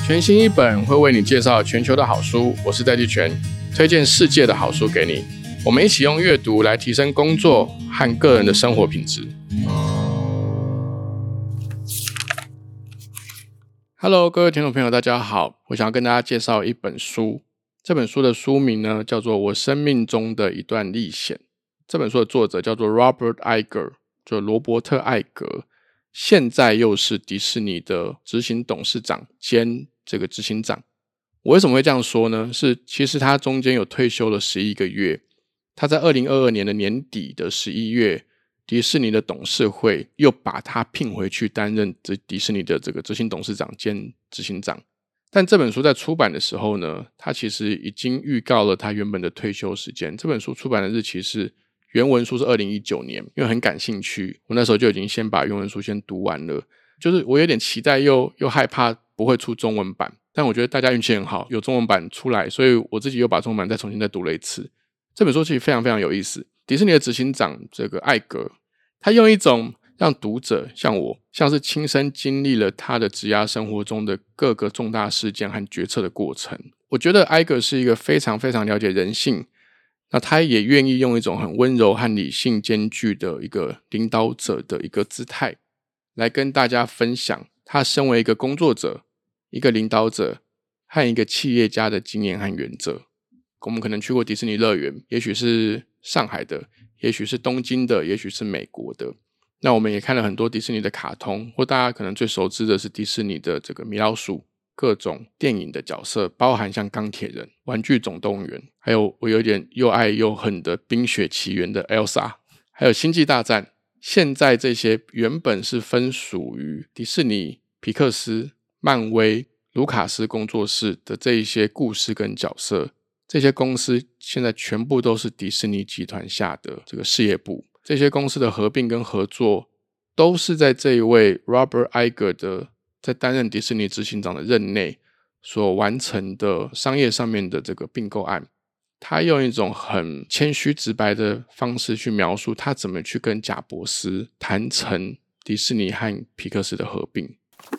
全新一本会为你介绍全球的好书，我是戴季全，推荐世界的好书给你。我们一起用阅读来提升工作和个人的生活品质。Hello， 各位听众朋友，大家好。我想要跟大家介绍一本书，这本书的书名呢叫做《我生命中的一段历险》。这本书的作者叫做 Robert Iger， 就罗伯特·艾格，现在又是迪士尼的执行董事长兼这个执行长。我为什么会这样说呢？是其实他中间有退休了11个月，他在2022年的年底的11月，迪士尼的董事会又把他聘回去担任迪士尼的这个执行董事长兼执行长。但这本书在出版的时候呢，他其实已经预告了他原本的退休时间。这本书出版的日期是原文书是2019年，因为很感兴趣，我那时候就已经先把原文书先读完了。就是我有点期待又害怕不会出中文版，但我觉得大家运气很好，有中文版出来，所以我自己又把中文版再重新读了一次。这本书其实非常非常有意思。迪士尼的执行长这个艾格，他用一种让读者像我，像是亲身经历了他的职涯生活中的各个重大事件和决策的过程。我觉得艾格是一个非常非常了解人性，那他也愿意用一种很温柔和理性兼具的一个领导者的一个姿态来跟大家分享他身为一个工作者、一个领导者和一个企业家的经验和原则。我们可能去过迪士尼乐园，也许是上海的，也许是东京的，也许是美国的。那我们也看了很多迪士尼的卡通，或大家可能最熟知的是迪士尼的这个米老鼠，各种电影的角色，包含像钢铁人、玩具总动员，还有我有点又爱又恨的冰雪奇缘的 Elsa， 还有星际大战。现在这些原本是分属于迪士尼、皮克斯、漫威、卢卡斯工作室的这一些故事跟角色，这些公司现在全部都是迪士尼集团下的这个事业部。这些公司的合并跟合作都是在这一位 Robert Iger 的在担任迪士尼执行长的任内所完成的商业上面的这个并购案。他用一种很谦虚直白的方式去描述他怎么去跟贾伯斯谈成迪士尼和皮克斯的合并。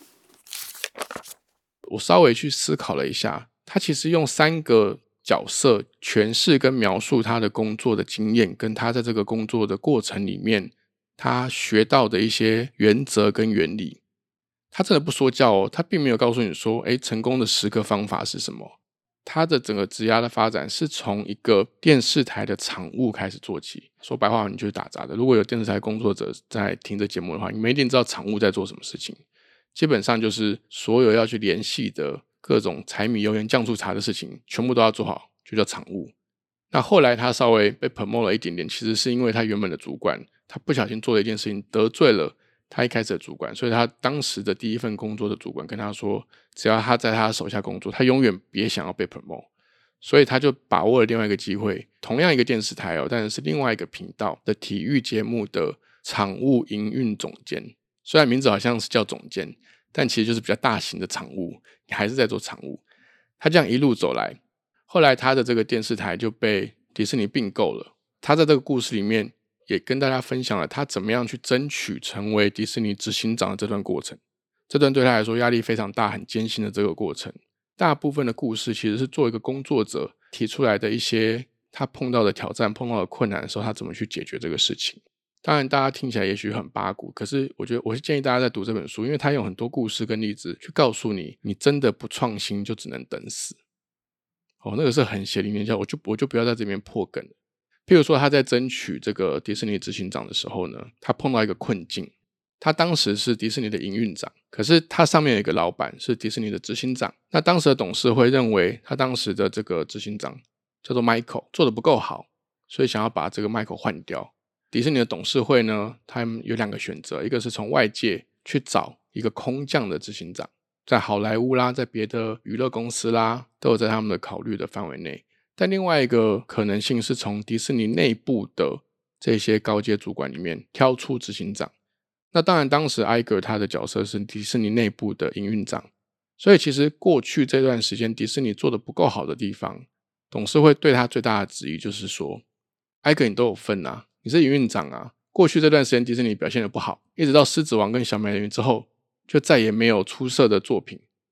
我稍微去思考了一下，他其实用3个角色诠释跟描述他的工作的经验，跟他在这个工作的过程里面他学到的一些原则跟原理。他真的不说教哦，他并没有告诉你说成功的10个方法是什么。他的整个职涯的发展是从一个电视台的场务开始做起。说白话你就是打杂的，如果有电视台工作者在听这节目的话，你们一定知道场务在做什么事情。基本上就是所有要去联系的各种柴米油盐酱醋茶的事情全部都要做好，就叫场务。那后来他稍微被 promote 了一点点，其实是因为他原本的主管他不小心做了一件事情得罪了他一开始的主管，所以他当时的第一份工作的主管跟他说，只要他在他手下工作，他永远别想要被 promote。 所以他就把握了另外一个机会，同样一个电视台但是另外一个频道的体育节目的场务营运总监。虽然名字好像是叫总监，但其实就是比较大型的场务，你还是在做场务。他这样一路走来，后来他的这个电视台就被迪士尼并购了。他在这个故事里面也跟大家分享了他怎么样去争取成为迪士尼执行长的这段过程。这段对他来说压力非常大，很艰辛的这个过程。大部分的故事其实是做一个工作者提出来的一些他碰到的挑战、碰到的困难的时候，他怎么去解决这个事情。当然大家听起来也许很八股，可是我觉得我是建议大家在读这本书，因为他用很多故事跟例子去告诉你，你真的不创新就只能等死。那个是很血淋淋的，我就不要在这边破梗了。譬如说他在争取这个迪士尼执行长的时候呢，他碰到一个困境。他当时是迪士尼的营运长，可是他上面有一个老板是迪士尼的执行长。那当时的董事会认为他当时的这个执行长叫做 Michael 做得不够好，所以想要把这个 Michael 换掉。迪士尼的董事会呢，他们有2个选择，一个是从外界去找一个空降的执行长，在好莱坞啦，在别的娱乐公司啦，都有在他们的考虑的范围内。但另外一个可能性是从迪士尼内部的这些高阶主管里面挑出执行长。那当然当时 Iger 他的角色是迪士尼内部的营运长，所以其实过去这段时间迪士尼做的不够好的地方，董事会对他最大的质疑就是说， Iger 你都有份啊，你是营运长啊，过去这段时间迪士尼表现得不好，一直到狮子王跟小美人鱼之后就再也没有出色的作品，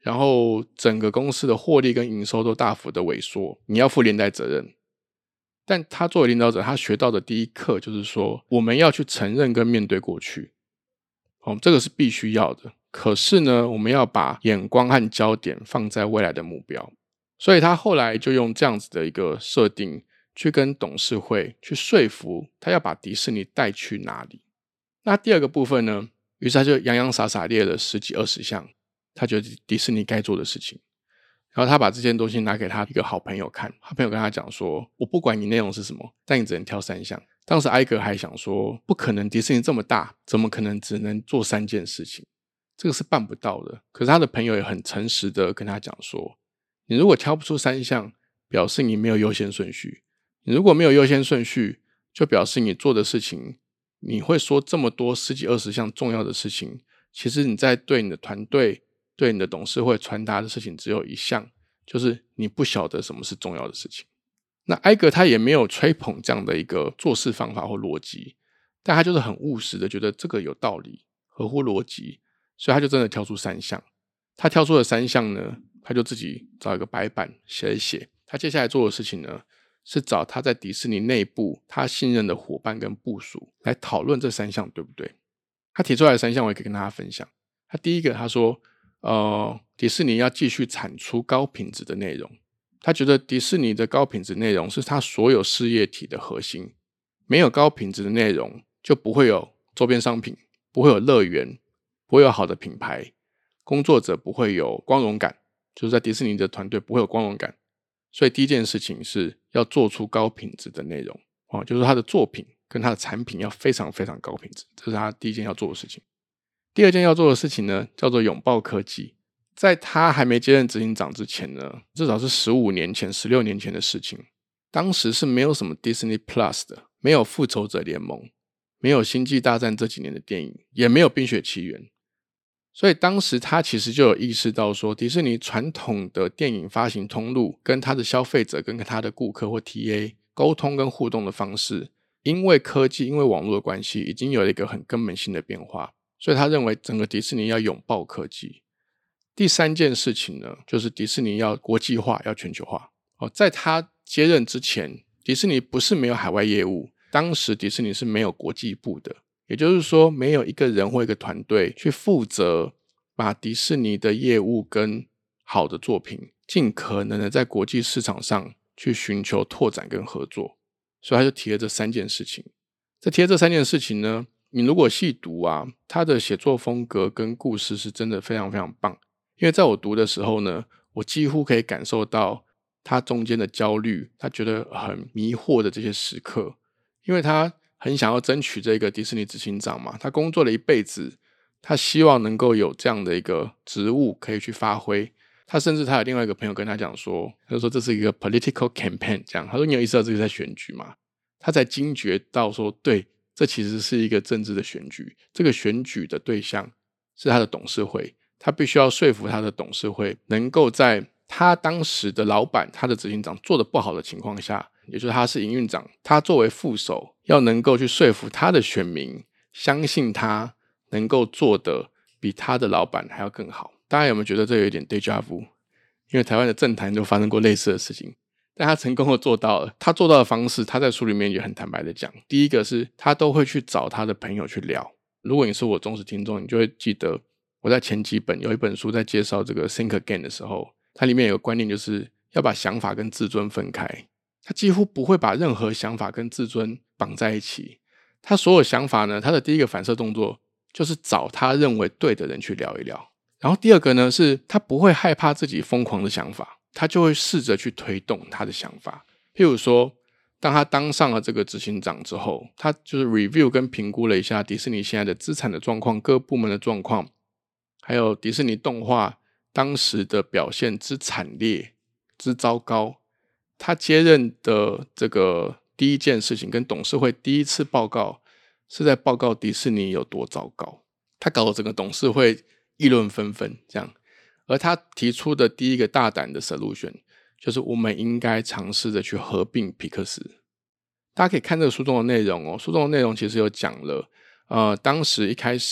然后整个公司的获利跟营收都大幅的萎缩，你要负连带责任。但他作为领导者，他学到的第一课就是说，我们要去承认跟面对过去，这个是必须要的。可是呢，我们要把眼光和焦点放在未来的目标。所以他后来就用这样子的一个设定，去跟董事会去说服他要把迪士尼带去哪里。那第二个部分呢，于是他就洋洋洒洒列了10几20项他觉得迪士尼该做的事情，然后他把这件东西拿给他一个好朋友看，他朋友跟他讲说，我不管你内容是什么，但你只能挑3项。当时艾格还想说，不可能，迪士尼这么大，怎么可能只能做3件事情，这个是办不到的。可是他的朋友也很诚实的跟他讲说，你如果挑不出3项，表示你没有优先顺序，你如果没有优先顺序，就表示你做的事情，你会说这么多10几20项重要的事情，其实你在对你的团队对你的董事会传达的事情只有1项，就是你不晓得什么是重要的事情。那艾格他也没有吹捧这样的一个做事方法或逻辑，但他就是很务实的觉得这个有道理，合乎逻辑，所以他就真的挑出3项。他挑出了3项呢，他就自己找一个白板写一写。他接下来做的事情呢，是找他在迪士尼内部他信任的伙伴跟部属来讨论这3项对不对。他提出来的3项我也可以跟大家分享。他第一个他说迪士尼要继续产出高品质的内容，他觉得迪士尼的高品质内容是他所有事业体的核心，没有高品质的内容就不会有周边商品，不会有乐园，不会有好的品牌，工作者不会有光荣感，就是在迪士尼的团队不会有光荣感。所以第一件事情是要做出高品质的内容，就是他的作品跟他的产品要非常非常高品质，这是他第一件要做的事情。第二件要做的事情呢，叫做拥抱科技。在他还没接任执行长之前呢，至少是15年前16年前的事情，当时是没有什么 Disney Plus 的，没有复仇者联盟，没有星际大战这几年的电影，也没有冰雪奇缘。所以当时他其实就有意识到说，迪士尼传统的电影发行通路跟他的消费者跟他的顾客或 TA 沟通跟互动的方式，因为科技因为网络的关系已经有了一个很根本性的变化，所以他认为整个迪士尼要拥抱科技。第3件事情呢，就是迪士尼要国际化，要全球化。在他接任之前，迪士尼不是没有海外业务，当时迪士尼是没有国际部的，也就是说没有一个人或一个团队去负责把迪士尼的业务跟好的作品尽可能的在国际市场上去寻求拓展跟合作，所以他就提了这3件事情。在提了这3件事情呢，你如果细读啊，他的写作风格跟故事是真的非常非常棒。因为在我读的时候呢，我几乎可以感受到他中间的焦虑，他觉得很迷惑的这些时刻。因为他很想要争取这个迪士尼执行长嘛，他工作了一辈子，他希望能够有这样的一个职务可以去发挥。他甚至他有另外一个朋友跟他讲说，他说这是一个 political campaign， 这样他说你有意识到这个在选举吗？他才惊觉到说，对，这其实是一个政治的选举，这个选举的对象是他的董事会，他必须要说服他的董事会能够在他当时的老板他的执行长做得不好的情况下，也就是他是营运长，他作为副手要能够去说服他的选民相信他能够做得比他的老板还要更好。大家有没有觉得这有一点 déjà vu？ 因为台湾的政坛就发生过类似的事情，但他成功的做到了。他做到的方式，他在书里面也很坦白的讲，第一个是他都会去找他的朋友去聊。如果你是我忠实听众，你就会记得我在前几本有一本书在介绍这个 Think Again 的时候，它里面有个观念，就是要把想法跟自尊分开。他几乎不会把任何想法跟自尊绑在一起，他所有想法呢，他的第一个反射动作就是找他认为对的人去聊一聊。然后第二个呢，是他不会害怕自己疯狂的想法，他就会试着去推动他的想法。譬如说，当他当上了这个执行长之后，他就是 review 跟评估了一下迪士尼现在的资产的状况，各部门的状况，还有迪士尼动画当时的表现之惨烈之糟糕。他接任的这个第一件事情跟董事会第一次报告是在报告迪士尼有多糟糕，他搞得整个董事会议论纷纷这样。而他提出的第一个大胆的 solution 就是我们应该尝试着去合并皮克斯。大家可以看这个书中的内容书中的内容其实有讲了当时一开始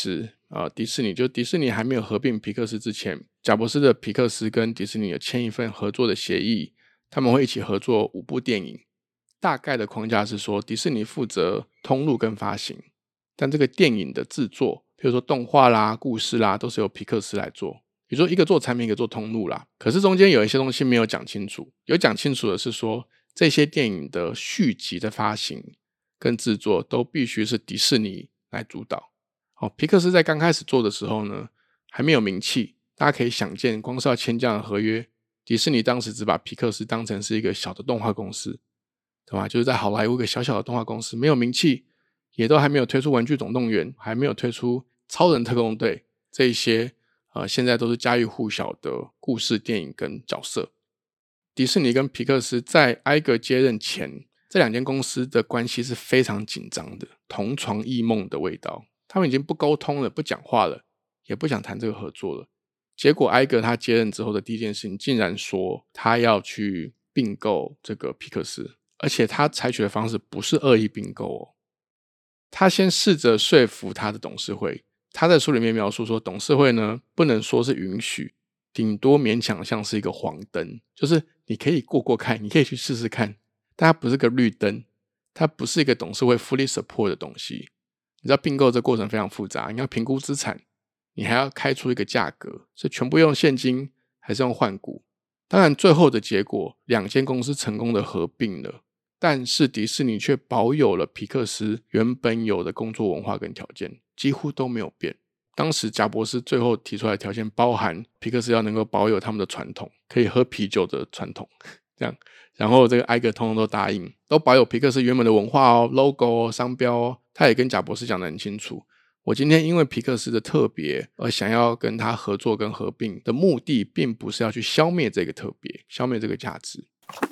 迪士尼，就迪士尼还没有合并皮克斯之前，贾伯斯的皮克斯跟迪士尼有签一份合作的协议，他们会一起合作5部电影。大概的框架是说，迪士尼负责通路跟发行，但这个电影的制作，比如说动画啦、故事啦，都是由皮克斯来做。比如说一个做产品，一个做通路啦。可是中间有一些东西没有讲清楚，有讲清楚的是说，这些电影的续集的发行跟制作都必须是迪士尼来主导。皮克斯在刚开始做的时候呢，还没有名气，大家可以想见，光是要签这样的合约，迪士尼当时只把皮克斯当成是一个小的动画公司，对吧？就是在好莱坞一个小小的动画公司，没有名气，也都还没有推出玩具总动员，还没有推出超人特工队这一些现在都是家喻户晓的故事电影跟角色。迪士尼跟皮克斯在埃格接任前，这2间公司的关系是非常紧张的，同床异梦的味道。他们已经不沟通了，不讲话了，也不想谈这个合作了。结果埃格他接任之后的第一件事情，竟然说他要去并购这个皮克斯，而且他采取的方式不是恶意并购哦。他先试着说服他的董事会，他在书里面描述说，董事会呢不能说是允许，顶多勉强像是一个黄灯，就是你可以过看，你可以去试试看，但它不是个绿灯，它不是一个董事会 fully support 的东西。你知道并购这过程非常复杂，你要评估资产，你还要开出一个价格，是全部用现金还是用换股。当然最后的结果2间公司成功的合并了，但是迪士尼却保有了皮克斯原本有的工作文化跟条件，几乎都没有变。当时贾伯斯最后提出来的条件包含皮克斯要能够保有他们的传统，可以喝啤酒的传统这样，然后这个埃格通通都答应，都保有皮克斯原本的文化哦、logo 哦、商标哦。他也跟贾伯斯讲得很清楚，我今天因为皮克斯的特别而想要跟他合作跟合并的目的，并不是要去消灭这个特别，消灭这个价值。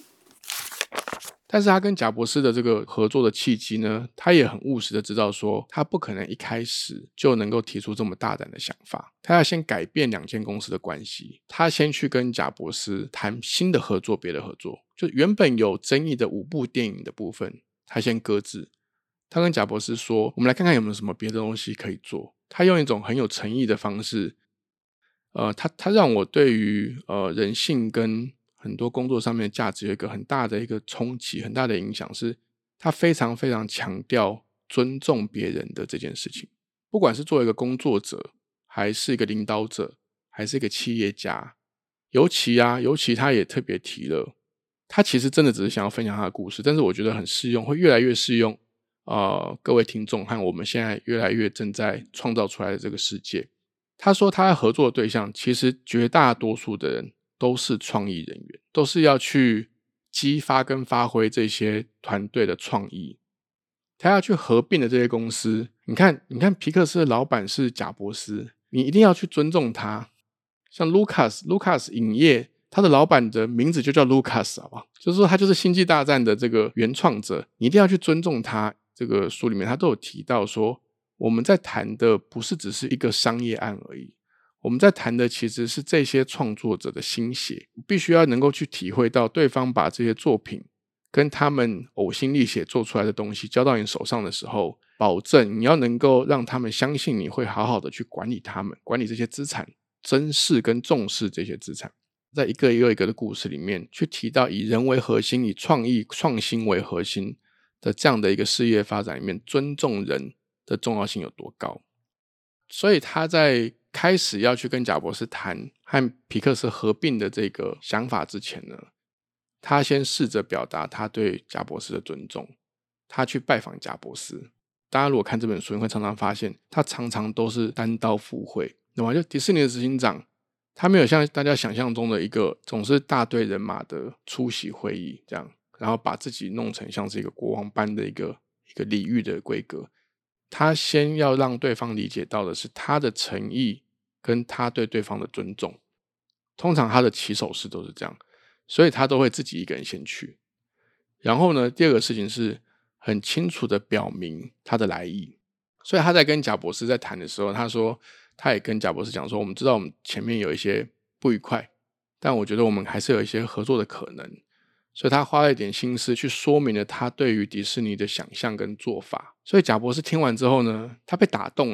但是他跟贾伯斯的这个合作的契机呢，他也很务实的知道说，他不可能一开始就能够提出这么大胆的想法，他要先改变2间公司的关系，他先去跟贾伯斯谈新的合作，别的合作，就原本有争议的5部电影的部分，他先搁置。他跟贾伯斯说，我们来看看有没有什么别的东西可以做。他用一种很有诚意的方式，他让我对于人性跟很多工作上面的价值有一个很大的一个冲击，很大的影响，是他非常非常强调尊重别人的这件事情。不管是作为一个工作者，还是一个领导者，还是一个企业家，尤其他也特别提了，他其实真的只是想要分享他的故事，但是我觉得很适用，会越来越适用各位听众和我们现在越来越正在创造出来的这个世界。他说他合作的对象其实绝大多数的人都是创意人员，都是要去激发跟发挥这些团队的创意。他要去合并的这些公司，你看皮克斯的老板是贾伯斯，你一定要去尊重他。像 Lucas 影业，他的老板的名字就叫 Lucas， 好不好？就是说他就是星际大战的这个原创者，你一定要去尊重他。这个书里面他都有提到说，我们在谈的不是只是一个商业案而已，我们在谈的其实是这些创作者的心血，必须要能够去体会到对方把这些作品跟他们呕心沥血做出来的东西交到你手上的时候，保证你要能够让他们相信你会好好的去管理他们，管理这些资产，珍视跟重视这些资产。在一个一个的故事里面去提到以人为核心，以创意创新为核心的这样的一个事业发展里面，尊重人的重要性有多高。所以他在开始要去跟贾伯斯谈和皮克斯合并的这个想法之前呢，他先试着表达他对贾伯斯的尊重。他去拜访贾伯斯，大家如果看这本书，你会常常发现他常常都是单刀赴会，那么就迪士尼的执行长，他没有像大家想象中的一个总是大队人马的出席会议这样，然后把自己弄成像是一个国王般的一个礼遇的规格。他先要让对方理解到的是他的诚意跟他对对方的尊重，通常他的起手式都是这样，所以他都会自己一个人先去。然后呢，第二个事情是很清楚的表明他的来意。所以他在跟贾伯斯在谈的时候，他说他也跟贾伯斯讲说，我们知道我们前面有一些不愉快，但我觉得我们还是有一些合作的可能。所以他花了一点心思去说明了他对于迪士尼的想象跟做法。所以贾伯斯听完之后呢，他被打动了啦，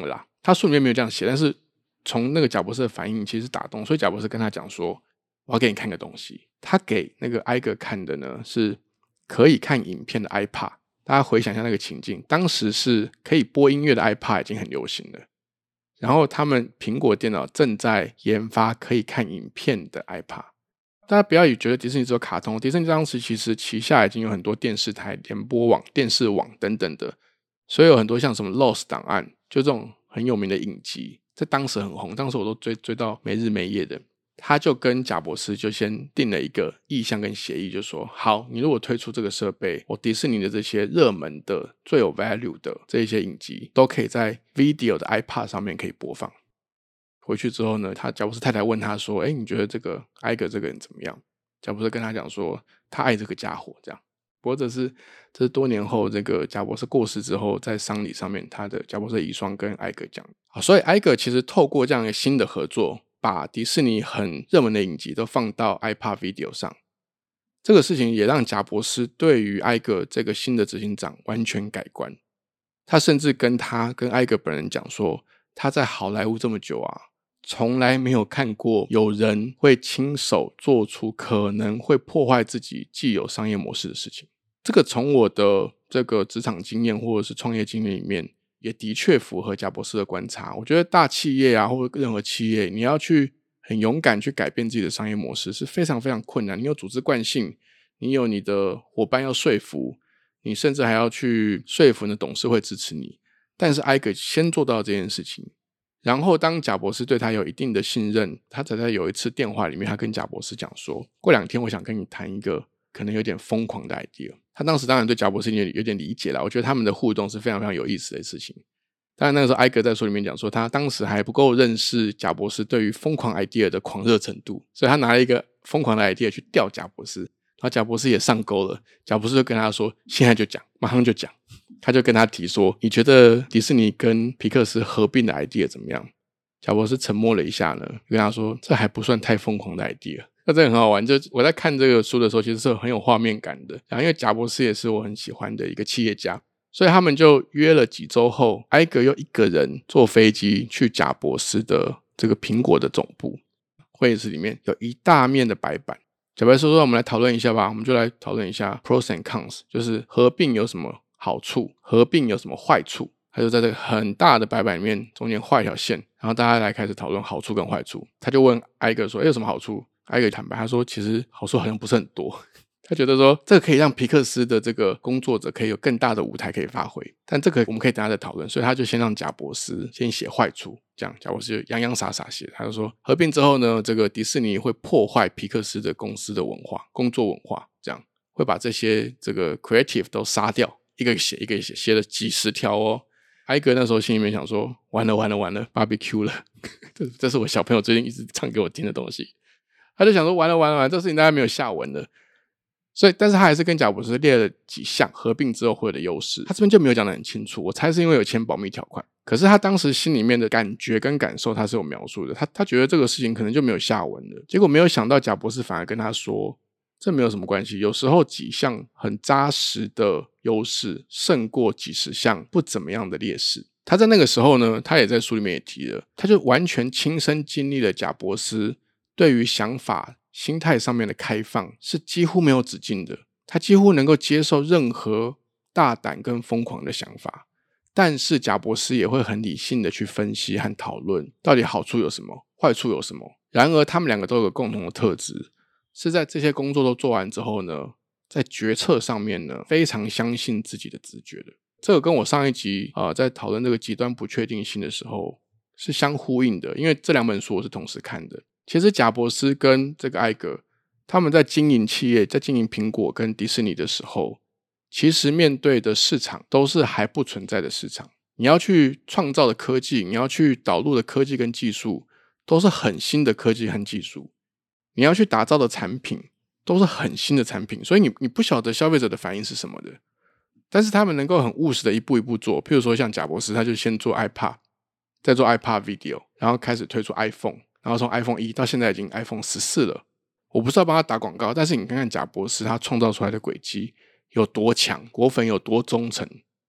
他书里面没有这样写，但是从那个贾博士的反应其实打动，所以贾博士跟他讲说，我要给你看个东西。他给那个艾格看的呢是可以看影片的 iPad。大家回想一下那个情境，当时是可以播音乐的 iPad 已经很流行了，然后他们苹果电脑正在研发可以看影片的 iPad。大家不要觉得迪士尼只有卡通，迪士尼当时其实旗下已经有很多电视台、联播网、电视网等等的，所以有很多像什么 Lost 档案，就这种很有名的影集，在当时很红，当时我都追到没日没夜的。他就跟贾博士就先定了一个意向跟协议，就说好，你如果推出这个设备，我迪士尼的这些热门的最有 value 的这一些影集都可以在 video 的 iPad 上面可以播放。回去之后呢，贾博士太太问他说，你觉得这个艾格这个人怎么样？贾博士跟他讲说，他爱这个家伙这样。不过这是多年后这个贾博士过世之后，在丧礼上面贾博士的遗孀跟艾格讲。所以艾格其实透过这样一个新的合作，把迪士尼很热门的影集都放到 iPad Video 上。这个事情也让贾博士对于艾格这个新的执行长完全改观。他甚至跟艾格本人讲说，他在好莱坞这么久啊，从来没有看过有人会亲手做出可能会破坏自己既有商业模式的事情。这个从我的这个职场经验或者是创业经验里面，也的确符合贾博士的观察。我觉得大企业啊，或者任何企业，你要去很勇敢去改变自己的商业模式是非常非常困难。你有组织惯性，你有你的伙伴要说服，你甚至还要去说服你的董事会支持你。但是艾格先做到这件事情，然后当贾博士对他有一定的信任，他才在有一次电话里面，他跟贾博士讲说，过2天我想跟你谈一个可能有点疯狂的 idea。 他当时当然对贾博士有点理解了，我觉得他们的互动是非常非常有意思的事情。当然那个时候艾格在书里面讲说，他当时还不够认识贾博士对于疯狂 idea 的狂热程度，所以他拿了一个疯狂的 idea 去吊贾博士，然后贾博士也上钩了。贾博士就跟他说，现在就讲，马上就讲。他就跟他提说，你觉得迪士尼跟皮克斯合并的 idea 怎么样？贾博士沉默了一下呢，跟他说，这还不算太疯狂的 idea。那真的很好玩，就我在看这个书的时候其实是很有画面感的。然后因为贾博士也是我很喜欢的一个企业家，所以他们就约了几周后，艾格又一个人坐飞机去贾博士的这个苹果的总部。会议室里面有一大面的白板，贾博士说，我们来讨论一下吧。我们就来讨论一下 pros and cons， 就是合并有什么好处，合并有什么坏处。他就在这个很大的白板里面中间画一条线，然后大家来开始讨论好处跟坏处。他就问艾格说，有什么好处？艾格坦白，他说其实好处好像不是很多。他觉得说这个可以让皮克斯的这个工作者可以有更大的舞台可以发挥，但这个我们可以等一下再讨论。所以他就先让贾博士先写坏处，这样贾博士就洋洋洒洒写。他就说合并之后呢，这个迪士尼会破坏皮克斯的公司的文化、工作文化，这样会把这些这个 creative 都杀掉，一个写一个写，写了几十条哦。艾格那时候心里面想说，完了 barbecue 了这是我小朋友最近一直唱给我听的东西。他就想说完了，这事情大概没有下文了。所以但是他还是跟贾博士列了几项合并之后会有的优势，他这边就没有讲得很清楚，我猜是因为有签保密条款。可是他当时心里面的感觉跟感受他是有描述的，他觉得这个事情可能就没有下文了。结果没有想到贾博士反而跟他说，这没有什么关系，有时候几项很扎实的优势胜过几十项不怎么样的劣势。他在那个时候呢，他也在书里面也提了，他就完全亲身经历了贾博士对于想法心态上面的开放是几乎没有止境的，他几乎能够接受任何大胆跟疯狂的想法，但是贾博士也会很理性的去分析和讨论到底好处有什么，坏处有什么。然而他们两个都有个共同的特质，是在这些工作都做完之后呢，在决策上面呢非常相信自己的直觉的。这个跟我上一集在讨论这个极端不确定性的时候是相呼应的，因为这两本书我是同时看的。其实贾博士跟这个艾格他们在经营企业，在经营苹果跟迪士尼的时候，其实面对的市场都是还不存在的市场。你要去创造的科技，你要去导入的科技跟技术都是很新的科技和技术，你要去打造的产品都是很新的产品，所以你不晓得消费者的反应是什么的。但是他们能够很务实的一步一步做，譬如说像贾博士他就先做 iPad， 再做 iPad Video， 然后开始推出 iPhone， 然后从 iPhone 1到现在已经 iPhone 14了。我不是要帮他打广告，但是你看看贾博士他创造出来的轨迹有多强，果粉有多忠诚。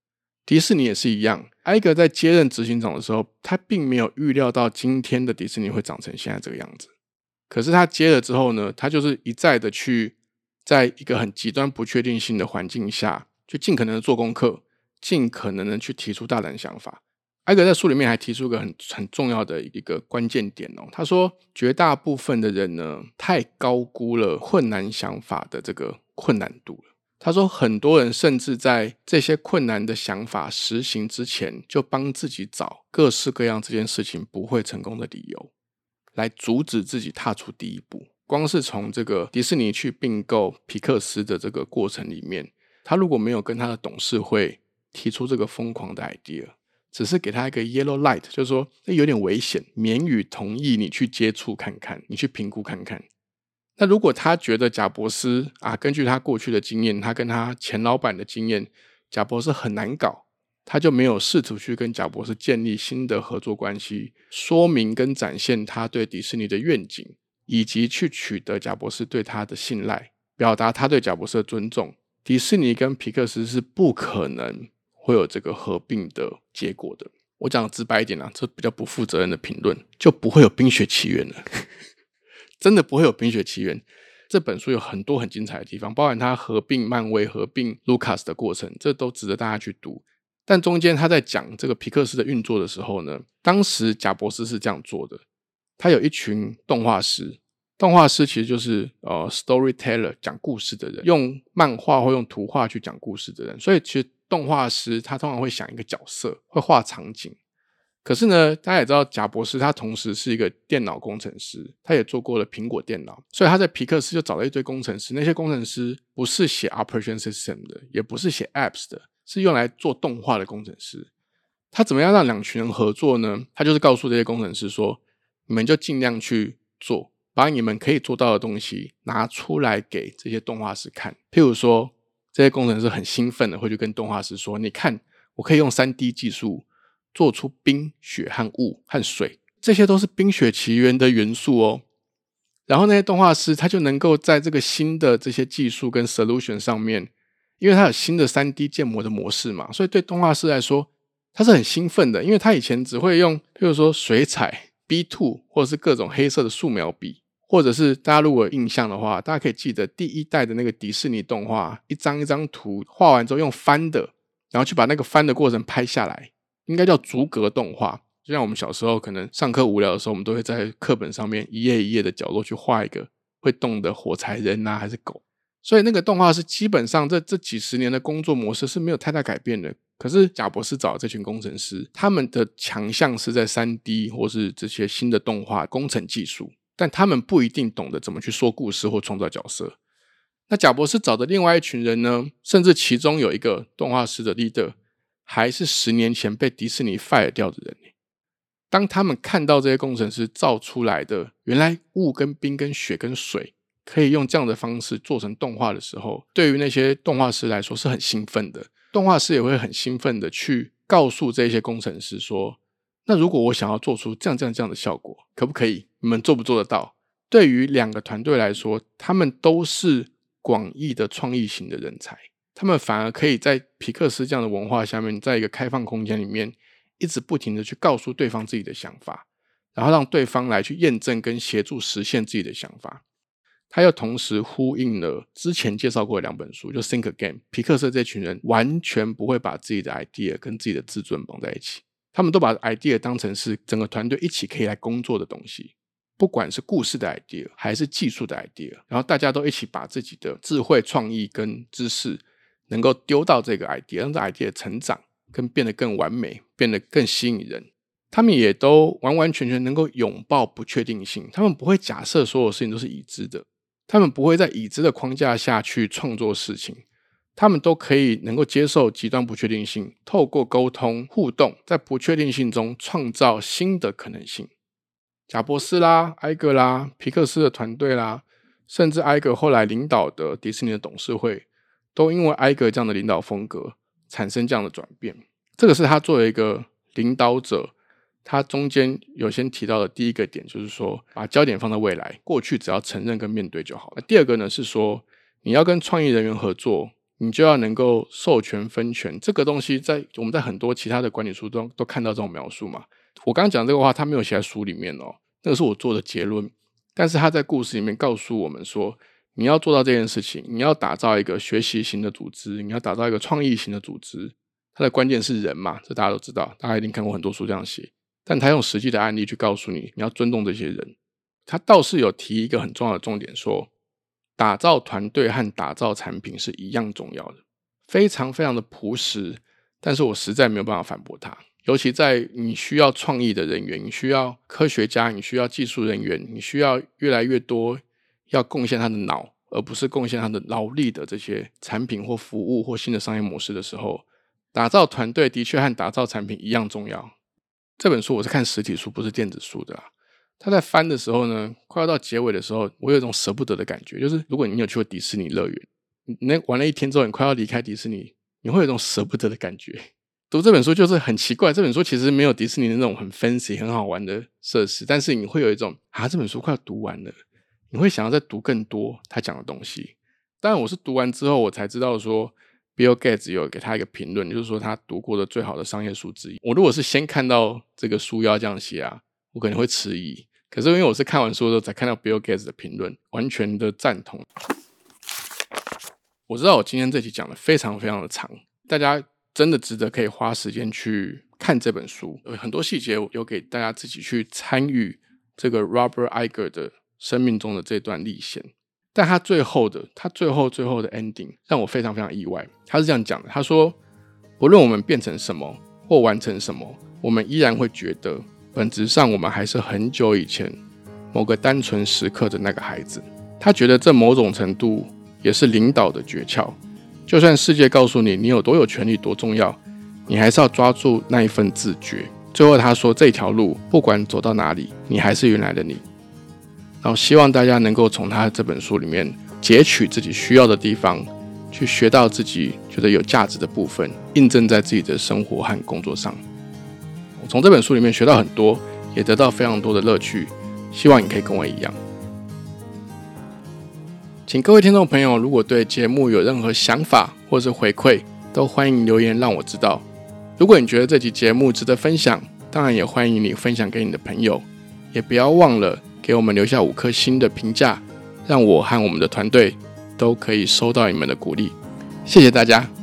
迪士尼也是一样，艾格在接任执行长的时候，他并没有预料到今天的迪士尼会长成现在这个样子。可是他接了之后呢，他就是一再的去在一个很极端不确定性的环境下，去尽可能的做功课，尽可能的去提出大胆想法。艾格在书里面还提出一个很重要的一个关键点哦，他说绝大部分的人呢，太高估了困难想法的这个困难度了。他说很多人甚至在这些困难的想法实行之前，就帮自己找各式各样这件事情不会成功的理由，来阻止自己踏出第一步。光是从这个迪士尼去并购皮克斯的这个过程里面，他如果没有跟他的董事会提出这个疯狂的 idea， 只是给他一个 yellow light， 就是说有点危险，免予同意你去接触看看，你去评估看看。那如果他觉得贾伯斯根据他过去的经验，他跟他前老板的经验，贾伯斯很难搞，他就没有试图去跟贾伯斯建立新的合作关系，说明跟展现他对迪士尼的愿景，以及去取得贾伯斯对他的信赖，表达他对贾伯斯的尊重，迪士尼跟皮克斯是不可能会有这个合并的结果的。我讲直白一点这比较不负责任的评论，就不会有冰雪奇缘了真的不会有冰雪奇缘。这本书有很多很精彩的地方，包含他合并漫威合并 Lucas 的过程，这都值得大家去读。但中间他在讲这个皮克斯的运作的时候呢，当时贾伯斯是这样做的，他有一群动画师，动画师其实就是storyteller 讲故事的人，用漫画或用图画去讲故事的人。所以其实动画师他通常会想一个角色，会画场景。可是呢，大家也知道贾伯斯他同时是一个电脑工程师，他也做过了苹果电脑，所以他在皮克斯就找了一堆工程师，那些工程师不是写 operation system 的，也不是写 apps 的，是用来做动画的工程师。他怎么样让两群人合作呢？他就是告诉这些工程师说，你们就尽量去做，把你们可以做到的东西拿出来给这些动画师看。譬如说这些工程师很兴奋的会去跟动画师说，你看我可以用 3D 技术做出冰、雪和雾和水，这些都是冰雪奇缘的元素哦。然后那些动画师他就能够在这个新的这些技术跟 solution 上面，因为他有新的 3D 建模的模式嘛，所以对动画师来说他是很兴奋的，因为他以前只会用譬如说水彩 B2 或者是各种黑色的素描笔，或者是大家如果有印象的话，大家可以记得第一代的那个迪士尼动画，一张一张图画完之后用翻的，然后去把那个翻的过程拍下来，应该叫逐格动画。就像我们小时候可能上课无聊的时候，我们都会在课本上面一页一页的角落去画一个会动的火柴人还是狗。所以那个动画是基本上这几十年的工作模式是没有太大改变的。可是贾伯斯找的这群工程师，他们的强项是在 3D 或是这些新的动画工程技术，但他们不一定懂得怎么去说故事或创造角色。那贾伯斯找的另外一群人呢，甚至其中有一个动画师的 leader 还是10年前被迪士尼 fire 掉的人。当他们看到这些工程师造出来的原来雾跟冰跟雪跟水可以用这样的方式做成动画的时候，对于那些动画师来说是很兴奋的。动画师也会很兴奋的去告诉这些工程师说，那如果我想要做出这样的效果，可不可以？你们做不做得到？对于两个团队来说，他们都是广义的创意型的人才，他们反而可以在皮克斯这样的文化下面，在一个开放空间里面一直不停的去告诉对方自己的想法，然后让对方来去验证跟协助实现自己的想法。他又同时呼应了之前介绍过的2本书，就 Think Again。 皮克斯这群人完全不会把自己的 idea 跟自己的自尊绑在一起，他们都把 idea 当成是整个团队一起可以来工作的东西，不管是故事的 idea 还是技术的 idea， 然后大家都一起把自己的智慧创意跟知识能够丢到这个 idea， 让这 idea 成长跟变得更完美，变得更吸引人。他们也都完完全全能够拥抱不确定性，他们不会假设所有事情都是已知的，他们不会在已知的框架下去创作事情，他们都可以能够接受极端不确定性，透过沟通互动，在不确定性中创造新的可能性。贾伯斯啦、埃格啦、皮克斯的团队啦，甚至埃格后来领导的迪士尼的董事会，都因为埃格这样的领导风格产生这样的转变。这个是他作为一个领导者，他中间有先提到的第一个点，就是说把焦点放在未来，过去只要承认跟面对就好。那第二个呢是说，你要跟创意人员合作， 你就要能够授权分权。这个东西我们在很多其他的管理书中都看到这种描述嘛。我刚刚讲这个话他没有写在书里面哦，那个是我做的结论，但是他在故事里面告诉我们说，你要做到这件事情，你要打造一个学习型的组织，你要打造一个创意型的组织，它的关键是人嘛，这大家都知道，大家一定看过很多书这样写，但他用实际的案例去告诉你，你要尊重这些人。他倒是有提一个很重要的重点，说打造团队和打造产品是一样重要的，非常非常的朴实，但是我实在没有办法反驳他。尤其在你需要创意的人员，你需要科学家，你需要技术人员，你需要越来越多要贡献他的脑，而不是贡献他的劳力的这些产品或服务或新的商业模式的时候，打造团队的确和打造产品一样重要。这本书我是看实体书，不是电子书的啦。他在翻的时候呢，快要到结尾的时候，我有一种舍不得的感觉，就是如果你有去过迪士尼乐园，你玩了一天之后，你快要离开迪士尼，你会有一种舍不得的感觉。读这本书就是很奇怪，这本书其实没有迪士尼的那种很 fancy 很好玩的设施，但是你会有一种这本书快要读完了，你会想要再读更多他讲的东西。当然我是读完之后我才知道说 Bill Gates 有给他一个评论，就是说他读过的最好的商业书之一。我如果是先看到这个书要这样写我可能会迟疑，可是因为我是看完书的时候才看到 Bill Gates 的评论，完全的赞同。我知道我今天这集讲的非常非常的长，大家真的值得可以花时间去看这本书，有很多细节有给大家自己去参与这个 Robert Iger 的生命中的这段历险。但他最后的 ending 让我非常非常意外。他是这样讲的，他说不论我们变成什么或完成什么，我们依然会觉得本质上我们还是很久以前某个单纯时刻的那个孩子。他觉得这某种程度也是领导的诀窍，就算世界告诉你你有多有权利多重要，你还是要抓住那一份自觉。最后他说，这条路不管走到哪里，你还是原来的你。然后希望大家能够从他这本书里面截取自己需要的地方，去学到自己觉得有价值的部分，印证在自己的生活和工作上。我从这本书里面学到很多，也得到非常多的乐趣，希望你可以跟我一样。请各位听众朋友，如果对节目有任何想法或是回馈，都欢迎留言让我知道。如果你觉得这集节目值得分享，当然也欢迎你分享给你的朋友，也不要忘了给我们留下5颗星的评价，让我和我们的团队都可以收到你们的鼓励。谢谢大家。